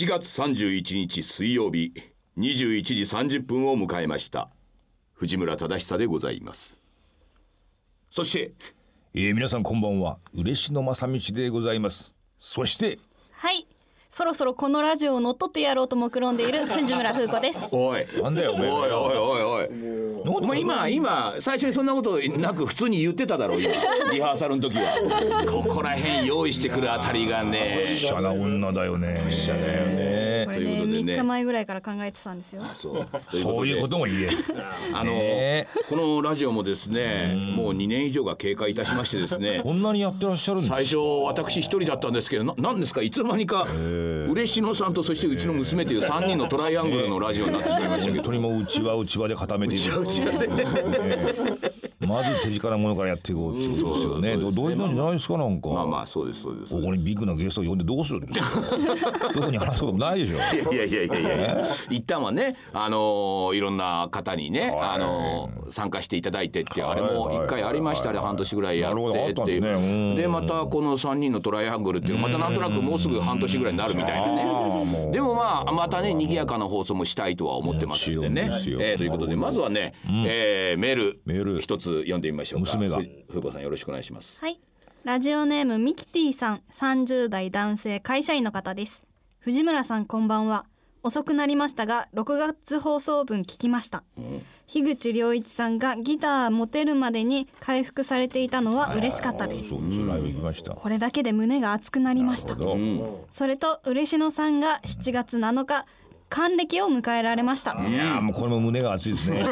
7月31日水曜日21時30分を迎えました。藤村忠久でございます。そして皆さんこんばんは、嬉野正道でございます。そしてはい、そろそろこのラジオを乗っ取ってやろうと目論んでいる藤村風子です。 おいなんだよお前、 おいおいおいおい、お前今最初にそんなことなく普通に言ってただろう。今リハーサルの時はここら辺用意してくるあたりがね、 しゃな女だよね。 しゃだよね。 これね、3日前ぐらいから考えてたんですよ。 そういうことも言え。 このラジオもですね、もう2年以上が経過いたしましてですね、 そんなにやってらっしゃるんですか。 最初私一人だったんですけど、なんですかいつの間にか嬉野さんとそしてうちの娘という3人のトライアングルのラジオになってしまいましたけど、 本当にもううちわで固めている。まず手近なものからやっていこうってことですよね。どういうのじゃないですか。なんかまあそうですそうです。 ここにビッグなゲストを呼んでどうするんですか。どこに話すこともないでしょ。 いや一旦はね、いろんな方にね、参加していただいてって、あれも1回ありましたね。半年ぐらいやってっていう。でまたこの3人のトライアングルっていうのまたなんとなくもうすぐ半年ぐらいになるみたいなね。でもまたね賑やかな放送もしたいとは思ってますんでね。ということでまずはね、メール一つ読んでみましょうか。 娘が風子さんよろしくお願いします。 はい、ラジオネームミキティさん、30代男性会社員の方です。藤村さんこんばんは。遅くなりましたが6月放送分聞きました。樋口良一さんがギター持てるまでに回復されていたのは嬉しかったです。これだけで胸が熱くなりました。それと嬉野さんが7月7日還暦を迎えられました。 いやもうこれも胸が熱いですね。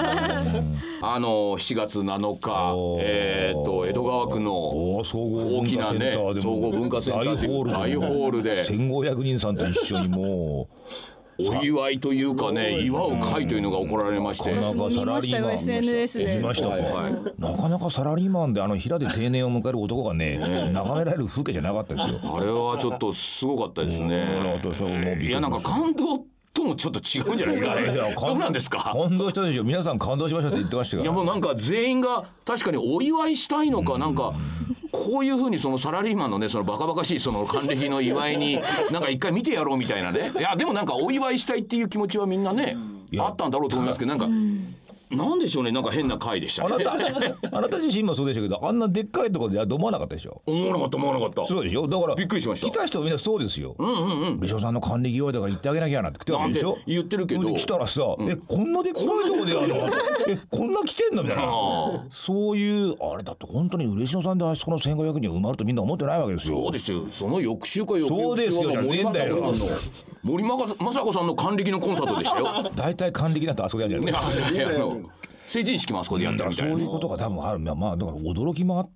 7月7日、江戸川区の大きなね総合文化センター大ホールで 1500人さんと一緒にもうお祝いというかね、祝う会というのが行われまして、 私も見ましたよ SNS で。 見ました、なかなかサラリーマンで平で定年を迎える男がね眺められる風景じゃなかったですよ。 あれはちょっとすごかったですね。いやなんか感動ともちょっと違うんじゃないですか。どうなんですか。 感動したでしょ。皆さん感動しましたって言ってましたよ。 いやもうなんか全員が確かにお祝いしたいのか、なんかこういう風にそのサラリーマンのねそのバカバカしいその還暦の祝いになんか一回見てやろうみたいなね。いやでもなんかお祝いしたいっていう気持ちはみんなねあったんだろうと思いますけど、なんでしょうね、なんか変な回でしたね。 あなた自身もそうでしたけど、あんなでっかいところで思わなかったでしょ。 思わなかった。 そうでしょ。だからびっくりしました。 来た人はみんなそうですよ。嬉野さんの還暦祝いとか言ってあげなきゃなって来てるわけでしょ。 言ってるけど来たらさ、こんなでっかいとこでこんな来てんのみたいな。そういうあれだって本当に嬉野さんでその1500人埋まるとみんな思ってないわけですよ。 そうですよ。その翌週か翌そうですよ。 森雅子さんの還暦のコンサートでしたよ。 大体還暦だとあそこやるじゃないですか。 成人式もあそこでやったみたいな。 そういうことが多分ある。だから驚きもあって、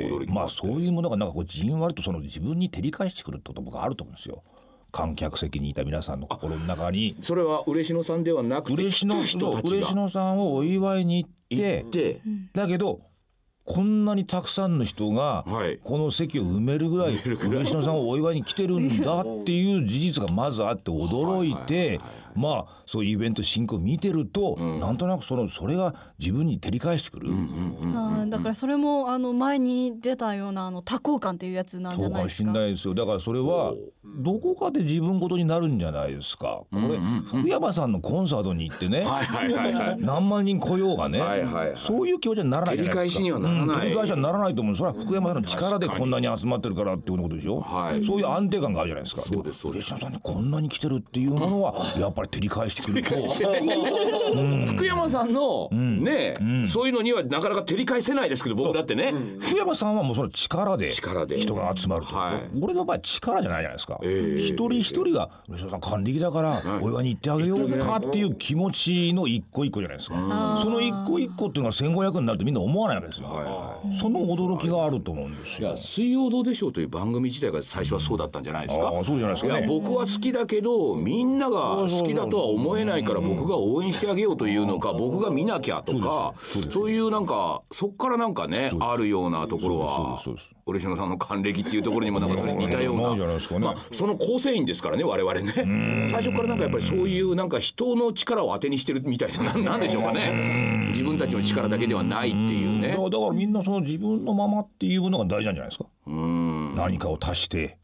そういうものがなんかじんわりとその自分に照り返してくるってこと僕あると思うんですよ。観客席にいた皆さんの心の中に。 それは嬉野さんではなくて嬉野さんをお祝いに行ってだけどこんなにたくさんの人がこの席を埋めるぐらい嬉野さんをお祝いに来てるんだっていう事実がまずあって驚いて、そういうイベント進行を見てると、なんとなくそれが自分に照り返してくる。 だからそれも前に出たような多幸感っていうやつなんじゃないですか。 そうかもしれないですよ。だからそれはどこかで自分ごとになるんじゃないですか。これ福山さんのコンサートに行ってね、何万人来ようがね、そういう気持ちにならないじゃないですか。照り返しにはならないと思う。それは福山さんの力でこんなに集まってるからっていうことでしょ。そういう安定感があるじゃないですか。嬉野さんにこんなに来てるっていうものはやっぱり照り返してくると福山さんのねそういうのにはなかなか照り返せないですけど、僕だってね福山さんはもうその力で人が集まると。俺の場合力じゃないじゃないですか。一人一人が嬉野さん還暦だからお祝いに行ってあげようかっていう気持ちの一個一個じゃないですか。その一個一個っていうのが1500になるとみんな思わないわけですよ。その驚きがあると思うんですよ。 いや水曜どうでしょうという番組自体が最初はそうだったんじゃないですか。 そうじゃないですかね。 いや僕は好きだけどみんなが好きだとは思えないから僕が応援してあげようというのか、僕が見なきゃとか、そういうなんかそっからなんかねあるようなところは嬉野さんの還暦っていうところにもなんかそれ似たような、その構成員ですからね我々ね。最初からなんかやっぱりそういうなんか人の力を当てにしてるみたいな、なんでしょうかね。自分たちの力だけではないっていうね。 だからみんなその自分のままっていうものが大事なんじゃないですか。何かを足して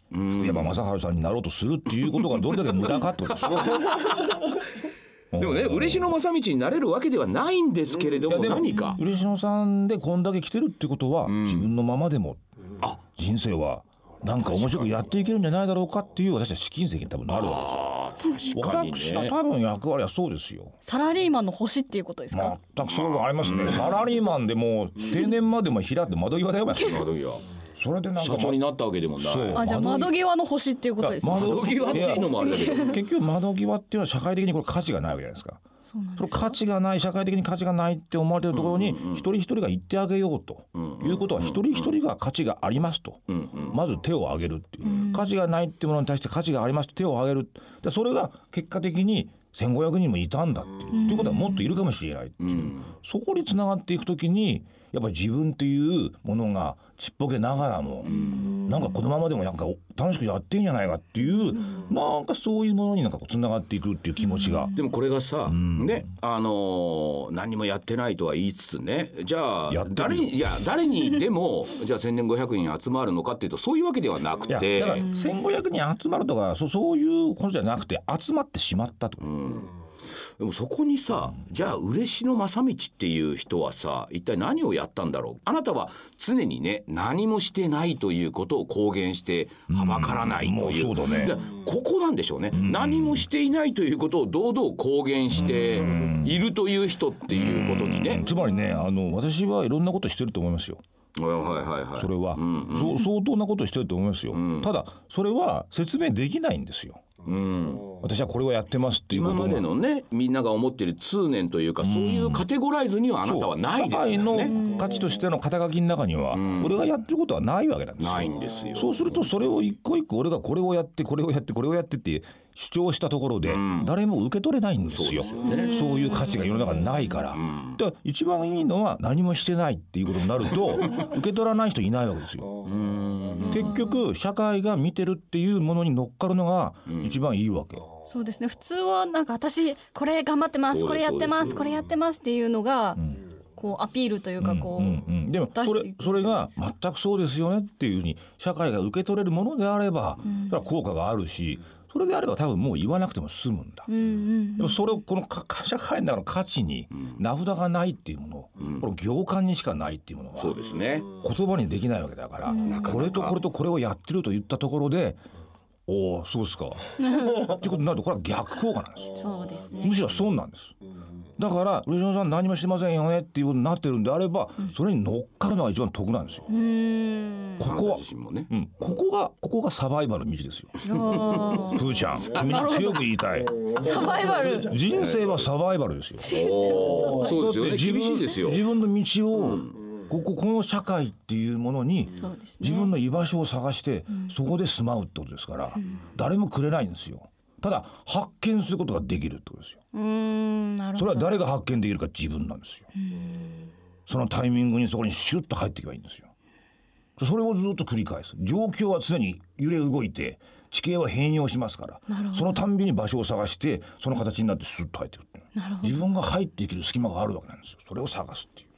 福山雅治さんになろうとするっていうことがどれだけ無駄かってことですよでもね、嬉野正道になれるわけではないんですけれども、何か嬉野さんでこんだけ来てるってことは、自分のままでも人生はなんか面白くやっていけるんじゃないだろうかっていう私は試金石に多分なるわけですよ。 確かにね、 私の多分役割はそうですよ。 サラリーマンの星っていうことですか？ 全くそれはありますね。サラリーマンでも定年までも平って窓際だよ。窓際それでなんか社長になったわけでもない。 じゃあ窓際の星っていうことですね。 窓際っていうのもあれだけど結局窓際っていうのは社会的にこれ価値がないわけじゃないですか。それ価値がない、社会的に価値がないって思われてるところに一人一人が言ってあげようということは、一人一人が価値がありますとまず手を挙げるっていう、価値がないっていうものに対して価値がありますと手を挙げる。でそれが結果的に1500人もいたんだっていうことはもっといるかもしれないっていう、そこにつながっていくときにやっぱり自分っていうものがちっぽけながらもなんかこのままでもなんか楽しくやってんじゃないかっていうなんかそういうものになんかつながっていくっていう気持ちが、 でもこれがさ、ね何もやってないとは言いつつね、じゃあ誰にでもじゃあ1500人集まるのかっていうとそういうわけではなくて、 だから1500人集まるとかそういうことじゃなくて集まってしまったと。 でもそこにさ、じゃあ嬉野正道っていう人はさ一体何をやったんだろう。あなたは常にね何もしてないということを公言してはばからないという、 もうそうだね、 でここなんでしょうね、何もしていないということを堂々公言しているという人っていうことにね、 つまりね私はいろんなことしてると思いますよ。それは、相当なことしてると思いますよ、ただそれは説明できないんですよ。私はこれをやってますっていうこと今までのねみんなが思っている通念というか、そういうカテゴライズにはあなたはないですよね。 社会の価値としての肩書きの中には、俺がやってることはないわけなんですよ。 ないんですよ。 そうするとそれを一個一個俺がこれをやってこれをやってこれをやってって主張したところで誰も受け取れないんですよ。そういう価値が世の中にないから、で一番いいのは何もしてないっていうことになると受け取らない人いないわけですよ。結局社会が見てるっていうものに乗っかるのが一番いいわけ。 そうですね。普通はなんか私これ頑張ってます、これやってますこれやってますっていうのがこうアピールというかこう、 でもそれが全くそうですよねっていうふうに社会が受け取れるものであれば、それは効果があるし、それであれば多分もう言わなくても済むんだ。でもそれをこの社会の中の価値に名札がないっていうもの、この行間にしかないっていうものはそうですね、 言葉にできないわけだから、これとこれとこれをやってると言ったところでおおそうですかっていうことになるとこれは逆効果なんですよ。 そうですね。 むしろそうなんです。だから嬉野さん何もしてませんよねっていうことになってるんであれば、それに乗っかるのが一番得なんですよ。ここは、ここがサバイバルの道ですよ。プーちゃん君に強く言いたい。 サバイバル、 人生はサバイバルですよ。 そうですよね。厳しいですよ。 自分の道をこの社会っていうものに自分の居場所を探してそこで住まうってことですから、誰もくれないんですよ。ただ発見することができるってことですよ。 なるほど。 それは誰が発見できるか自分なんですよ。そのタイミングにそこにシュッと入っていけばいいんですよ。それをずっと繰り返す。状況は常に揺れ動いて地形は変容しますから、そのたんびに場所を探してその形になってスッと入ってくる。自分が入っていける隙間があるわけなんですよ。それを探すっていう。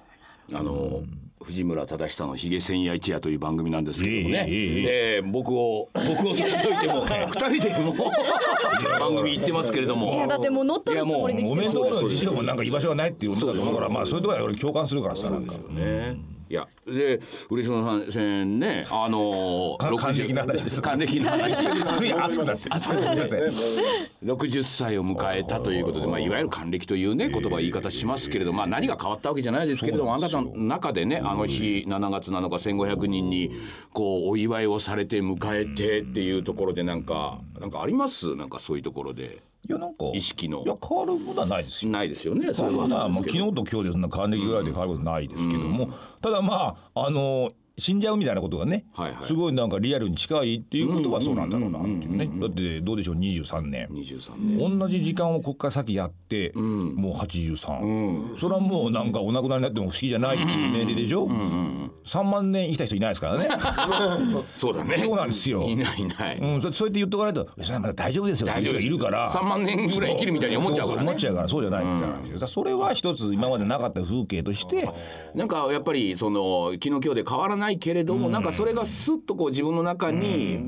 藤村忠久のひげ千夜一夜という番組なんですけどもね、僕を差し置いても2人でも番組行ってますけれども、 いやだってもう乗っ取るつもりで来てます。 お面ところの自身もなんか居場所がないっていうことだと思うから、まあそういうところは俺共感するからさ。 そうですよね。いやで嬉野さんね、還暦の話です。 還暦の話つい熱くなってすみません。 60歳を迎えたということで、いわゆる還暦というね言い方しますけれど、何が変わったわけじゃないですけれども、あなたの中でね、あの日7月7日1500人にこうお祝いをされて迎えてっていうところでなんかあります？なんかそういうところで。 いやなんか意識の変わることはないですよ。 ないですよね。 それは昨日と今日でそんな還暦ぐらいで変わることないですけども、ただ死んじゃうみたいなことがね、すごいなんかリアルに近いっていうことはそうなんだろうなっていうね。だってどうでしょう、23年同じ時間をここから先やって、もう83、それはもうなんかお亡くなりになっても不思議じゃないっていう年齢でしょ。3万年生きた人いないですからね。 そうだね。 そうなんですよ。 いない、 そうやって言っとかないと大丈夫ですよっていう人がいるから、 3万年ぐらい生きるみたいに思っちゃうからね。 思っちゃうからそうじゃないみたいな話で、それは一つ今までなかった風景としてなんかやっぱりその昨日今日で変わらないけれども、なんかそれがスッとこう自分の中に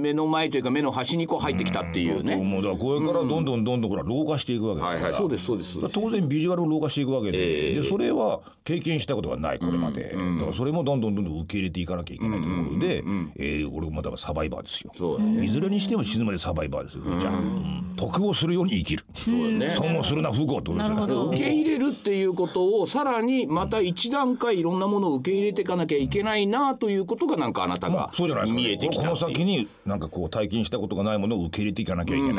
目の前というか目の端にこう入ってきたっていうね。 もうだからこれからどんどんほら老化していくわけだから、 はいはい、そうですそうです。 当然ビジュアルも老化していくわけで、それは経験したことがないこれまで、だからそれもどんどん受け入れていかなきゃいけないということで、俺もまだサバイバーですよ。そうだね、いずれにしても死ぬまでサバイバーですよ。じゃあ、得をするように生きる、そうだね、損をするな不幸ってことですよね。 受け入れるっていうことをさらにまた一段階いろんなものを受け入れていかなきゃいけないなということがなんかあなたが見えてきた、 この先になんかこう体験したことがないものを受け入れていかなきゃいけない、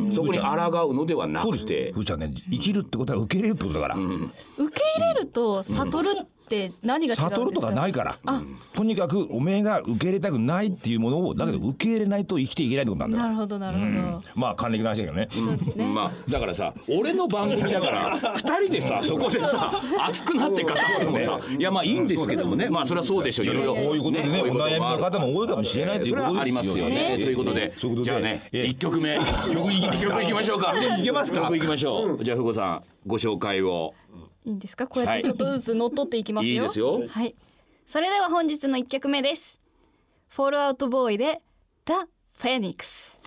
そこに抗うのではなくて、 ふーちゃんね、生きるってことは受け入れるってことだから、 受け入れると悟るって何が違うんですか？ 悟るとかないから、とにかくおめえが受け入れたくないっていうものをだけど受け入れないと生きていけないってことなんだよ。 なるほどなるほど、 まあ還暦の話だけどね。 そうですね。 まあだからさ、俺の番組だから2人でさそこでさ熱くなって語ってもさ、いやまあいいんですけどもね、まあそれはそうでしょう、いろいろこういうことでね、お悩みの方も多いかもしれないということですよね。 それはありますよね。ということで、じゃあね、1曲目曲いきましょうか。 いけますか。 曲いきましょう。じゃあふうこさんご紹介を。 いいんですか？こうやってちょっとずつ乗っ取っていきますよ。 いいですよ。 はい。それでは本日の1曲目です。フォールアウトボーイで The Phoenix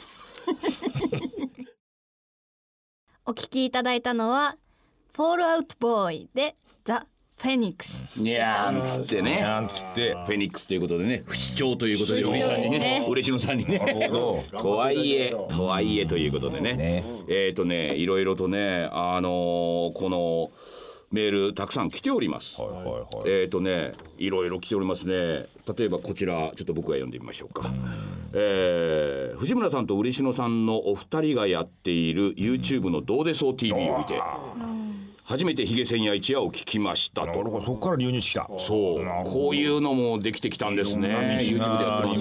お聴きいただいたのはフォールアウトボーイで The Phoenix にゃーんつってね、 なんつってフェニックスということでね、不死鳥ということで不死鳥ですね、 嬉野さんにねとはいえということでね、いろいろとね、このメールたくさん来ております。いろいろ来ておりますね。例えばこちらちょっと僕が読んでみましょうか。藤村さんと嬉野さんのお二人がやっている YouTube のどうでそう TV を見て初めてヒゲ千夜一夜を聞きましたと。 そこから流入してきた。 そう、こういうのもできてきたんですね。 YouTube でやってます。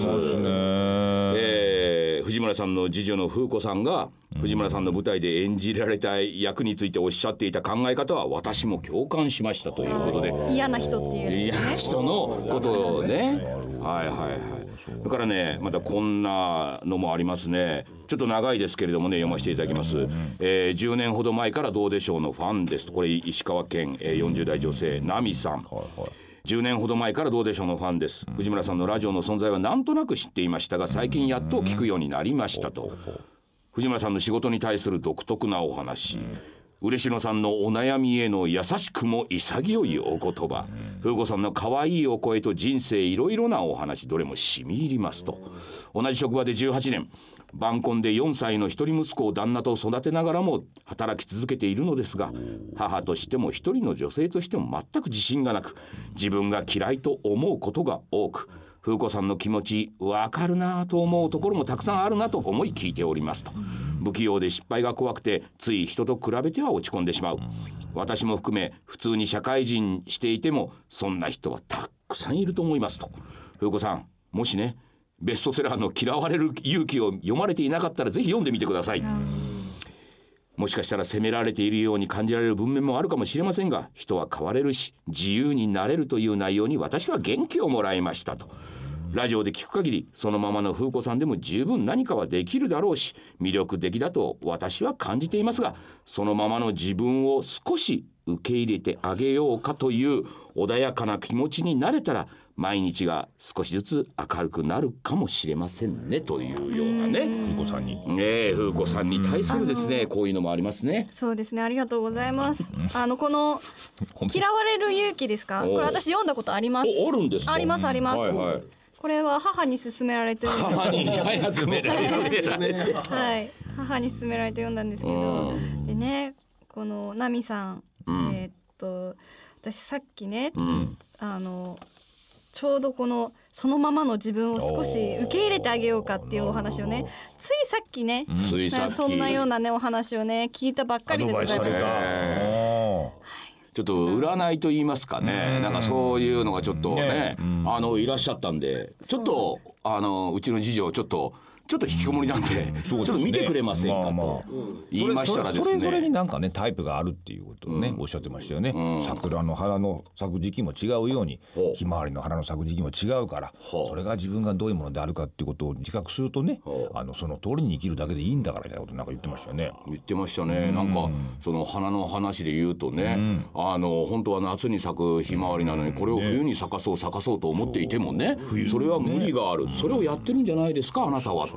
藤村さんの次女の風子さんが藤村さんの舞台で演じられた役についておっしゃっていた考え方は私も共感しましたということで、 嫌な人っていう嫌な人のことをね、はいはいはい。それからね、またこんなのもありますね。ちょっと長いですけれどもね、読ませていただきます。10年ほど前からどうでしょうのファンですと。これ石川県、40代女性ナミさん。10年ほど前からどうでしょうのファンです。藤村さんのラジオの存在はなんとなく知っていましたが、最近やっと聞くようになりましたと。藤村さんの仕事に対する独特なお話、嬉野さんのお悩みへの優しくも潔いお言葉、風子さんの可愛いお声と人生いろいろなお話、どれも染み入りますと。同じ職場で18年、晩婚で4歳の一人息子を旦那と育てながらも働き続けているのですが、母としても一人の女性としても全く自信がなく、自分が嫌いと思うことが多く、風子さんの気持ちわかるなと思うところもたくさんあるなと思い聞いておりますと。不器用で失敗が怖くてつい人と比べては落ち込んでしまう。私も含め普通に社会人していてもそんな人はたくさんいると思いますと。風子さん、もしねベストセラーの嫌われる勇気を読まれていなかったらぜひ読んでみてください。もしかしたら責められているように感じられる文面もあるかもしれませんが、人は変われるし自由になれるという内容に私は元気をもらいましたと。ラジオで聞く限りそのままの風子さんでも十分何かはできるだろうし魅力的だと私は感じていますが、そのままの自分を少し受け入れてあげようかという穏やかな気持ちになれたら毎日が少しずつ明るくなるかもしれませんねというようなね、 風子さんに風子さんに対するですね、こういうのもありますね。 そうですね、ありがとうございます。この嫌われる勇気ですか、これ私読んだことあります。 あるんですか？ ありますあります、 はいはい、 これは母に勧められて読んだ。 母に勧められてはい、母に勧められて読んだんですけど、でね、このナミさん、私さっきね、ちょうどそのままの自分を少し受け入れてあげようかっていうお話をね、ついさっきね、そんなようなねお話をね聞いたばっかりでございました。 ちょっと占いと言いますかね、なんかそういうのがちょっとね、いらっしゃったんで、ちょっとうちの次女ちょっと引きこもりなんで、ちょっと見てくれませんかと言いましたらですね、 それぞれになんかねタイプがあるっていうことをね、おっしゃってましたよね。桜の花の咲く時期も違うようにひまわりの花の咲く時期も違うから、それが自分がどういうものであるかっていうことを自覚するとね、その通りに生きるだけでいいんだからみたいなことなんか言ってましたよね。 言ってましたね。なんかその花の話で言うとね、本当は夏に咲くひまわりなのにこれを冬に咲かそうと思っていてもね、それは無理がある。それをやってるんじゃないですかあなたはって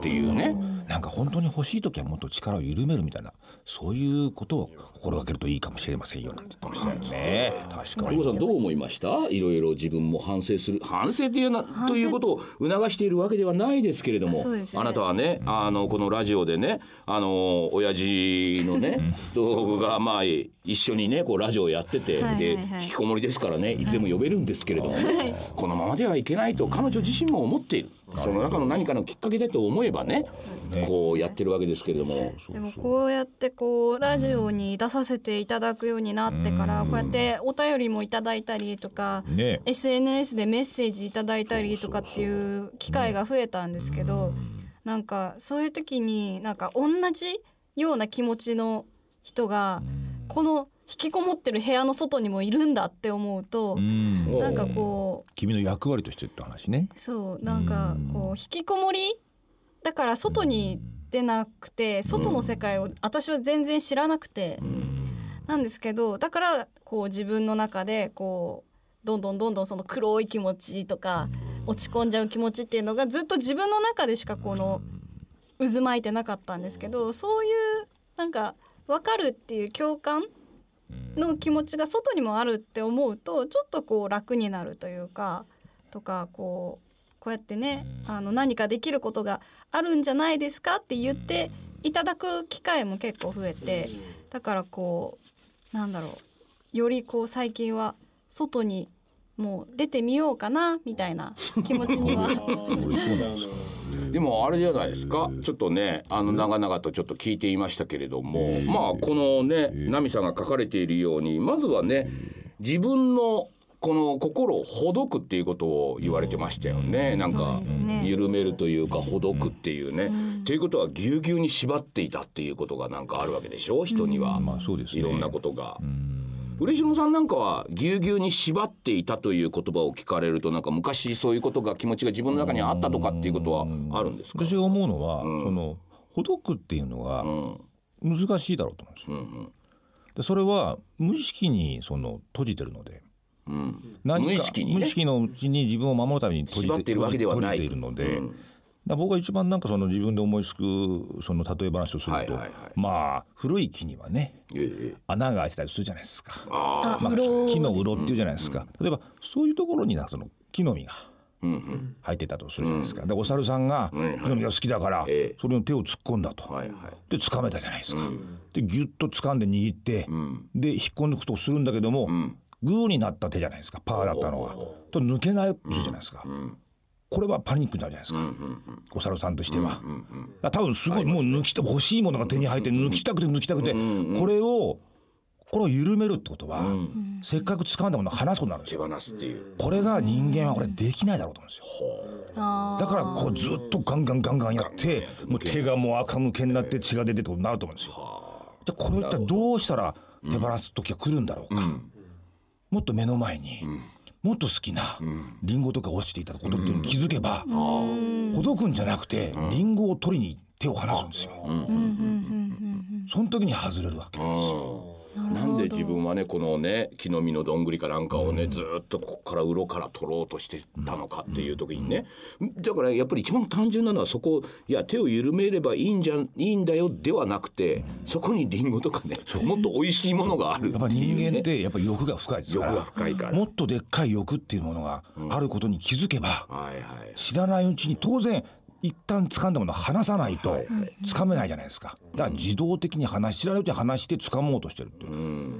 っていうね、 なんか本当に欲しい時はもっと力を緩めるみたいな、そういうことを心がけるといいかもしれませんよなんて言ってましたよね。確かに。 久保さんどう思いました？いろいろ自分も反省っていうということを促しているわけではないですけれども、あなたはね、このラジオでね、親父のね動画まあ一緒にねこうラジオやってて、で引きこもりですからね、いつでも呼べるんですけれども、このままではいけないと彼女自身も思っている。その中の何かのきっかけだと思えばね、こうやってるわけですけれども、 でもこうやってこうラジオに出させていただくようになってから、こうやってお便りもいただいたりとか、SNS でメッセージいただいたりとかっていう機会が増えたんですけど、なんかそういう時になんか同じような気持ちの人がこの引きこもってる部屋の外にもいるんだって思うと、なんかこう君の役割としてって話ね。 そうなんかこう引きこもりだから外に出なくて、外の世界を私は全然知らなくてなんですけど、だからこう自分の中でこうどんどんその黒い気持ちとか落ち込んじゃう気持ちっていうのがずっと自分の中でしかこの渦巻いてなかったんですけど、そういうなんか分かるっていう共感の気持ちが外にもあるって思うと、ちょっとこう楽になるというか、とかこうやってね、何かできることがあるんじゃないですかって言っていただく機会も結構増えて、だからこうなんだろう、よりこう最近は外にもう出てみようかなみたいな気持ちにはでもあれじゃないですか、ちょっとね長々とちょっと聞いていましたけれども、まあこのねナミさんが書かれているように、まずはね自分のこの心をほどくっていうことを言われてましたよね。なんか緩めるというかほどくっていうね、っていうことはぎゅうぎゅうに縛っていたっていうことがなんかあるわけでしょ、人には、いろんなことが。嬉野さんなんかはぎゅうぎゅうに縛っていたという言葉を聞かれると、なんか昔そういうことが気持ちが自分の中にあったとかっていうことはあるんですか？ 私が思うのは、そのほどくっていうのが難しいだろうと思うんですよ。でそれは無意識にその閉じてるので、 無意識にね、 無意識のうちに自分を守るために閉じているわけではない。閉じているので、だ僕が一番なんかその自分で思いつくその例え話をすると、まあ古い木にはね、穴が開いてたりするじゃないですか。木のうろっていうじゃないですか。例えばそういうところにその木の実が入ってたとするじゃないですか。でお猿さんが木の実が好きだからそれの手を突っ込んだと、で掴めたじゃないですか。でギュッと掴んで握って、で引っ込んでいくとするんだけども、グーになった手じゃないですか。パーだったのがと抜けないとするじゃないですか。これはパニックになるじゃないですか、お猿さんとしては。多分すごいもう抜きた欲しいものが手に入って抜きたくて、これを緩めるってことは、せっかく掴んだものを離すことになるんですよ。 手放すっていう。 これが人間はこれできないだろうと思うんですよ。だからこうずっとガンガンやって、もう手がもう赤むけになって血が出てってことになると思うんですよ。じゃあこれってどうしたら手放す時が来るんだろうか。もっと目の前に、もっと好きなリンゴとか落ちていたことっていうのに気づけば、ほどくんじゃなくてリンゴを取りに手を離すんですよ。その時に外れるわけなんですよ。 なんで自分はねこのね木の実のどんぐりかなんかをね、ずっとここからうろから取ろうとしてたのかっていう時にね、だからやっぱり一番単純なのはそこ、いや手を緩めればいいんだよではなくて、そこにリンゴとかね、もっと美味しいものがあるっていうね。 やっぱ人間ってやっぱ欲が深いですから、 欲が深いから、 もっとでっかい欲っていうものがあることに気づけば、知らないうちに当然一旦掴んだものを離さないと掴めないじゃないですか。だから自動的に知らないうちに離して掴もうとしてるっていう、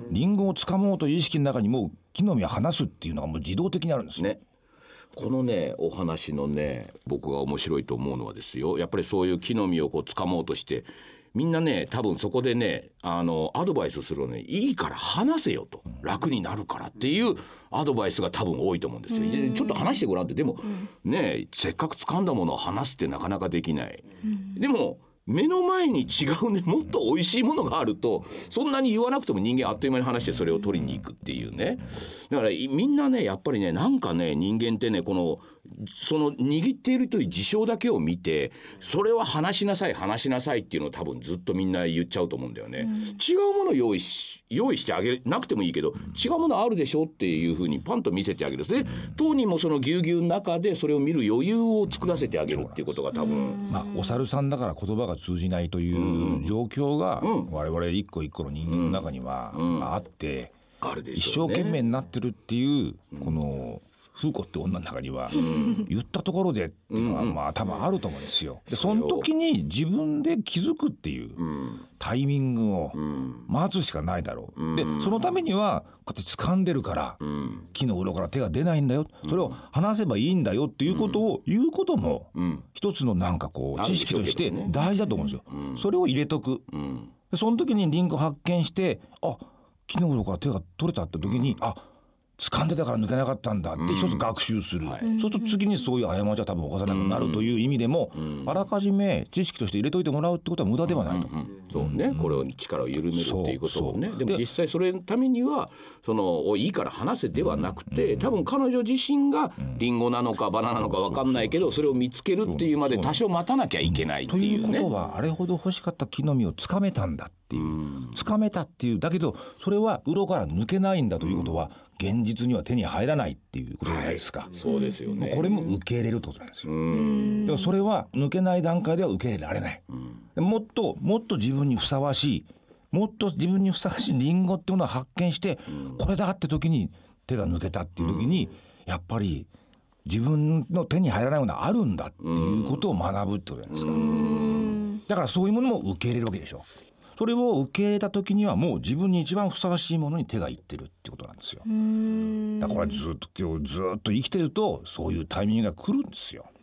リンゴを掴もうという意識の中にもう木の実を離すっていうのがもう自動的にあるんですね。 このねお話のね僕が面白いと思うのはですよ、やっぱりそういう木の実をこう掴もうとしてみんなね多分そこでねアドバイスするのね、いいから話せよと、楽になるからっていうアドバイスが多分多いと思うんですよ。ちょっと話してごらんって。でもねせっかく掴んだものを話すってなかなかできない。でも目の前に違うねもっと美味しいものがあると、そんなに言わなくても人間あっという間に話してそれを取りに行くっていうね。だからみんなねやっぱりねなんかね人間ってねこのその握っているという事象だけを見てそれは話しなさいっていうのを多分ずっとみんな言っちゃうと思うんだよね、違うものを用意してあげなくてもいいけど違うものあるでしょっていう風にパンと見せてあげる。で当人もそのぎゅうぎゅうの中でそれを見る余裕を作らせてあげるっていうことが多分、 お猿さんだから言葉が通じないという状況が我々一個一個の人間の中にはあって、 あるで一しょうね。 生懸命になってるっていうこの風子って女の中には言ったところでっていうのはまあ多分あると思うんですよ。でその時に自分で気づくっていうタイミングを待つしかないだろう。でそのためにはこうやって掴んでるから木の裏から手が出ないんだよ、それを離せばいいんだよっていうことを言うことも一つのなんかこう知識として大事だと思うんですよ。それを入れとく。でその時にリンク発見して木の裏から手が取れたって時に掴んでたから抜けなかったんだって一つ学習する、そうすると次にそういう過ちは多分犯さなくなるという意味でも、あらかじめ知識として入れといてもらうってことは無駄ではないと、 そうね、これを力を緩めるっていうことをね。でも実際それのためにはそのいいから話せではなくて、多分彼女自身がリンゴなのかバナナなのか分かんないけどそれを見つけるっていうまで多少待たなきゃいけないっていうね。 ということはあれほど欲しかった木の実をつかめたんだっていう、つかめたっていうだけどそれは裏から抜けないんだということは、現実には手に入らないっていうことじゃないですか、 そうですよね。 これも受け入れるってことなんですよ。でもそれは抜けない段階では受け入れられない、もっと自分にふさわしいリンゴっていうものを発見して、これだって時に手が抜けたっていう時に、やっぱり自分の手に入らないものがあるんだっていうことを学ぶってことじゃないですか。だからそういうものも受け入れるわけでしょ。それを受け入れた時にはもう自分に一番ふさわしいものに手がいってるってことなんですよ。だからこれずっと生きてるとそういうタイミングが来るんですよ。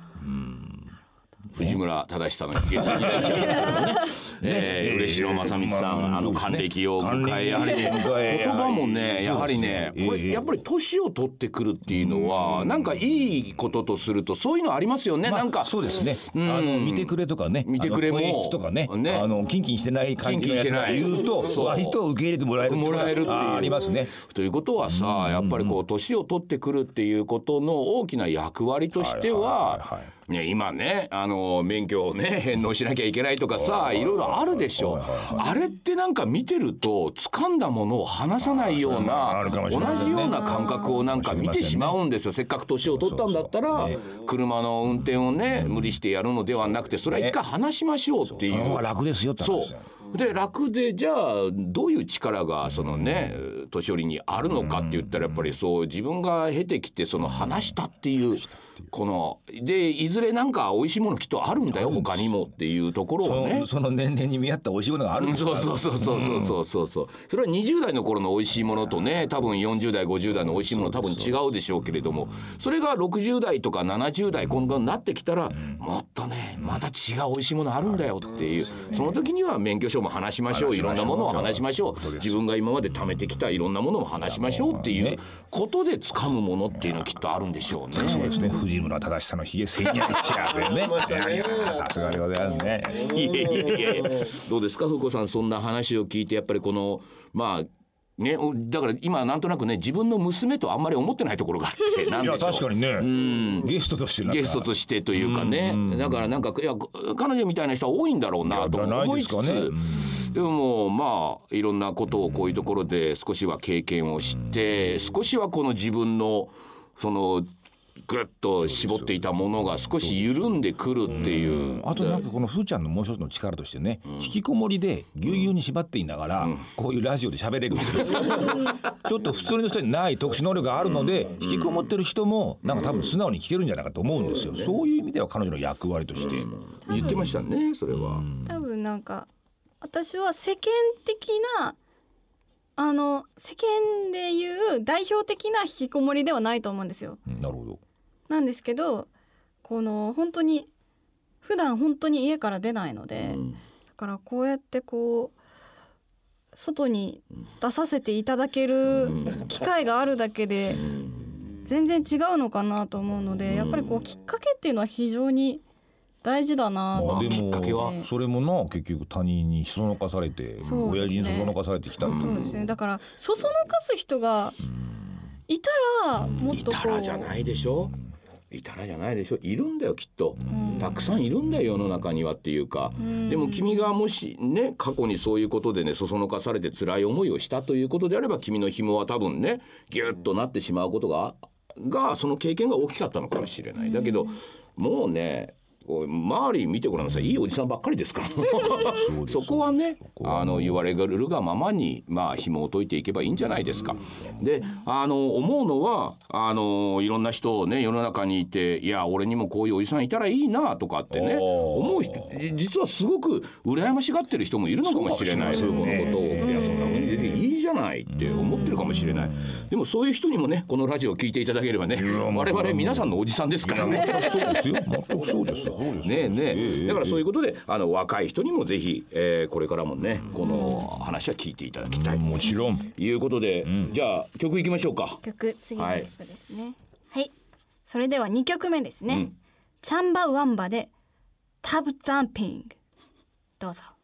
藤村忠さんのゲストにいらっしゃいますけどね、嬉野正光さん、還暦を迎え、やはりね言葉もねやはりね、これやっぱり年を取ってくるっていうのはなんかいいこととするとそういうのありますよね。なんかそうですね、見てくれとかね、 見てくれも声質とかね、キンキンしてない感じのやつが言うと割と受け入れてもらえるっていうのがありますね。 ということはさ、やっぱりこう年を取ってくるっていうことの大きな役割としては、今ね免許をね返納しなきゃいけないとかさ、いろいろあるでしょ。あれってなんか見てると掴んだものを離さないような同じような感覚をなんか見てしまうんですよ。せっかく年を取ったんだったら車の運転をね無理してやるのではなくて、それは一回離しましょうっていう。 その方が楽ですよって話ですよ。 で楽で、じゃあどういう力がそのね年寄りにあるのかって言ったら、やっぱりそう自分が経てきてその話したっていうこので、いずれなんか美味しいものきっとあるんだよ他にもっていうところをね、 その年齢に見合った美味しいものがあるんですから。 そうそれは20代の頃の美味しいものとね、多分40代50代の美味しいもの多分違うでしょうけれども、それが60代とか70代今後になってきたら、もっとねまた違う美味しいものあるんだよっていう、その時には免許証も話しましょう、いろんなものを話しましょう、自分が今まで貯めてきたいろんなものも話しましょうっていうことで掴むものっていうのはきっとあるんでしょうね。 そうですね、藤村忠さんのひげ千夜一夜でねさすがでございますね。 どうですか風子さん、そんな話を聞いてやっぱりこのね、だから今なんとなくね自分の娘とあんまり思ってないところがあって、なんでしょう。 いや確かにね、ゲストとしてというかね、だからなんか彼女みたいな人は多いんだろうなと思いつつ、でもいろんなことをこういうところで少しは経験をして、少しはこの自分のそのぐっと絞っていたものが少し緩んでくるっていう。 あとなんかこのふーちゃんのもう一つの力としてね、引きこもりでぎゅうぎゅうに縛っていながら、こういうラジオで喋れるちょっと普通の人にない特殊能力があるので、引きこもってる人もなんか多分素直に聞けるんじゃないかと思うんですよ。そういう意味では彼女の役割として言ってましたね。それは多分なんか私は世間的な世間でいう代表的な引きこもりではないと思うんですよ。 なるほど。 なんですけど、この本当に普段本当に家から出ないので、だからこうやってこう外に出させていただける機会があるだけで全然違うのかなと思うので、やっぱりこうきっかけっていうのは非常に大事だなと。 でもそれもな、結局他人にそそのかされて、親父にそそのかされてきた。 そうですね。だからそそのかす人がいたらもっとこう、 いたらじゃないでしょ。 いたらじゃないでしょ。いるんだよきっと。たくさんいるんだよ世の中にはっていうか。でも君がもしね過去にそういうことでねそそのかされて辛い思いをしたということであれば君の紐は多分ねギュッとなってしまうことがその経験が大きかったのかもしれない。だけどもうね周り見てごらんなさい。いいおじさんばっかりですからそこはね言われるがままに紐を解いていけばいいんじゃないですか。で思うのはいろんな人をね世の中にいていや俺にもこういうおじさんいたらいいなとかってね思う人実はすごく羨ましがってる人もいるのかもしれない。そういうことをいやそんな風にいいじゃないって思ってるかもしれない。でもそういう人にもねこのラジオを聞いていただければね我々皆さんのおじさんですからね。 そうですよ全くそうですよ。 だからそういうことで若い人にもぜひ、これからもねこの話は聞いていただきたい。 もちろんいうことで、じゃあ曲いきましょうか。 次の曲ですね。はい、それでは2曲目ですね、チャンバワンバでタブザンピングどうぞ。